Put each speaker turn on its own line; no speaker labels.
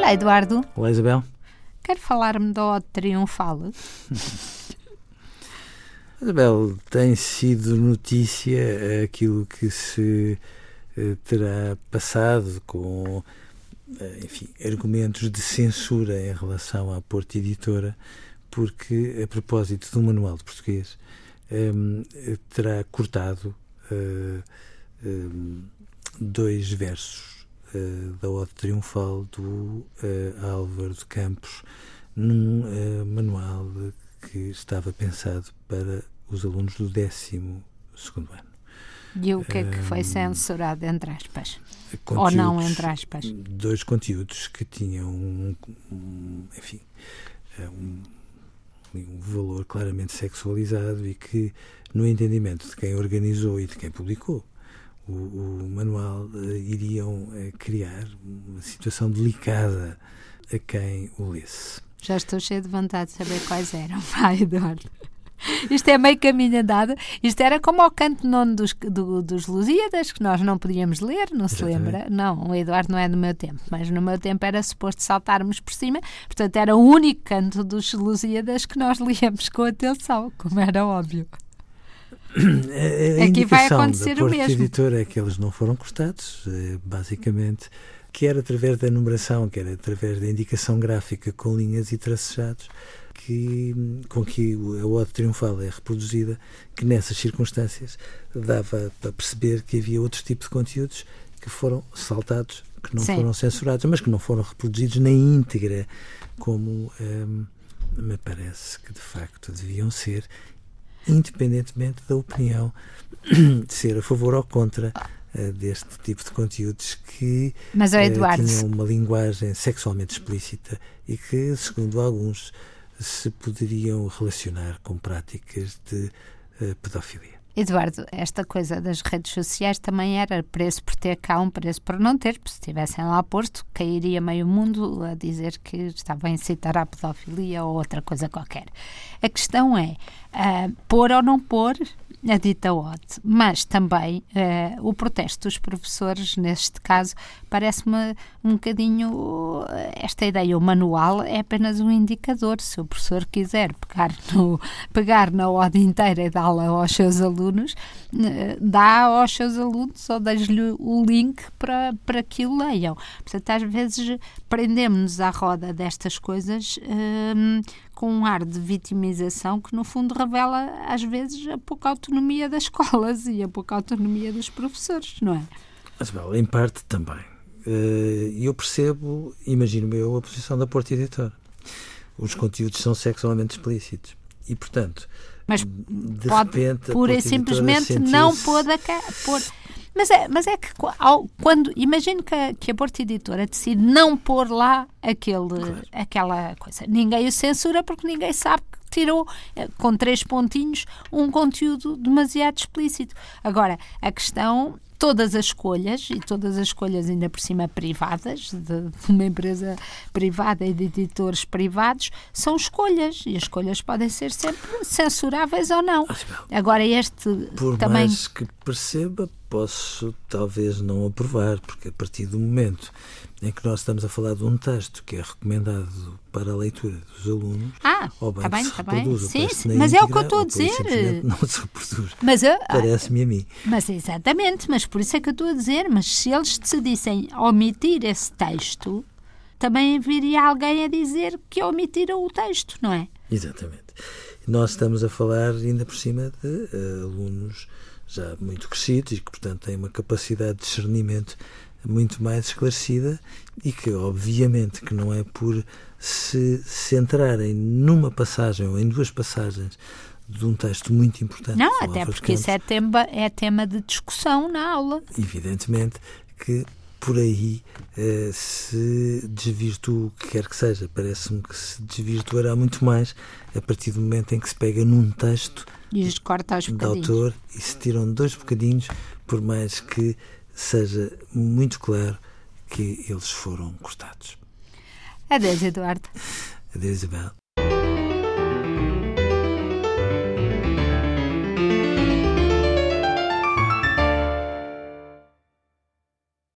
Olá, Eduardo.
Olá, Isabel.
Quer falar-me da Ode Triunfal?
Isabel, tem sido notícia aquilo que se terá passado com, enfim, argumentos de censura em relação à Porta Editora, porque, a propósito do Manual de Português, terá cortado 2 versos da Ode Triunfal do Álvaro de Campos, num manual que estava pensado para os alunos do 12º ano.
E o que é que foi censurado, entre aspas? Ou não, entre aspas?
2 conteúdos que tinham enfim, um valor claramente sexualizado e que, no entendimento de quem organizou e de quem publicou o manual, iriam criar uma situação delicada a quem o lesse.
Já estou cheio de vontade de saber quais eram. Vai, Eduardo. Isto é meio caminho andado. Isto era como ao canto nono dos Lusíadas, que nós não podíamos ler, não se lembra? Não, o Eduardo não é do meu tempo, mas no meu tempo era suposto saltarmos por cima, portanto era o único canto dos Lusíadas que nós líamos com atenção, como era óbvio. Aqui vai acontecer o mesmo. A
Editora é que eles não foram cortados, basicamente, quer através da numeração, quer através da indicação gráfica com linhas e traçados, com que a Ode Triunfal é reproduzida, que nessas circunstâncias dava para perceber que havia outros tipos de conteúdos que foram saltados, que não foram censurados, mas que não foram reproduzidos na íntegra, como me parece que de facto deviam ser, independentemente da opinião de ser a favor ou contra deste tipo de conteúdos que tinham uma linguagem sexualmente explícita e que, segundo alguns, se poderiam relacionar com práticas de pedofilia.
Eduardo, esta coisa das redes sociais também era preço por ter cá, um preço por não ter, porque se estivessem lá posto, cairia meio mundo a dizer que estava a incitar à pedofilia ou outra coisa qualquer. A questão é pôr ou não pôr a dita ode, mas também o protesto dos professores, neste caso, parece-me um bocadinho esta ideia. O manual é apenas um indicador. Se o professor quiser pegar na ode inteira e dá-la aos seus alunos, dá aos seus alunos ou dá-lhe o link para que o leiam. Portanto, às vezes prendemos-nos à roda destas coisas com um ar de vitimização que, no fundo, revela, às vezes, a pouca autonomia das escolas e a pouca autonomia dos professores, não é?
Mas, em parte, também. Eu percebo, imagino eu, a posição da Porta Editora. Os conteúdos são sexualmente explícitos e, portanto,
mas
de
pode,
repente,
pura e simplesmente, não pôr. Mas é que quando imagino que a Porta Editora decide não pôr lá aquela coisa, ninguém o censura porque ninguém sabe que tirou com 3 pontinhos um conteúdo demasiado explícito. Agora, a questão, todas as escolhas ainda por cima privadas, de uma empresa privada e de editores privados, são escolhas, e as escolhas podem ser sempre censuráveis ou não. Agora
por
também...
mais que perceba, posso talvez não aprovar, porque a partir do momento em que nós estamos a falar de um texto que é recomendado para a leitura dos alunos, ou bem que se reproduza o texto na
mas
íntegra,
é o que eu estou a dizer.
Não se reproduz.
Parece-me a mim. Mas exatamente, mas por isso é que eu estou a dizer, mas se eles decidissem omitir esse texto, também viria alguém a dizer que omitiram o texto, não é?
Exatamente. Nós estamos a falar ainda por cima de alunos já muito crescidos e que, portanto, têm uma capacidade de discernimento muito mais esclarecida e que, obviamente, que não é por se centrarem numa passagem ou em 2 passagens de um texto muito importante.
Não, até porque isso é tema de discussão na aula.
Evidentemente que por aí se desvirtua o que quer que seja. Parece-me que se desvirtuará muito mais a partir do momento em que se pega num texto de autor e se tiram 2 bocadinhos, por mais que seja muito claro que eles foram cortados.
Adeus, Eduardo.
Adeus, Isabel.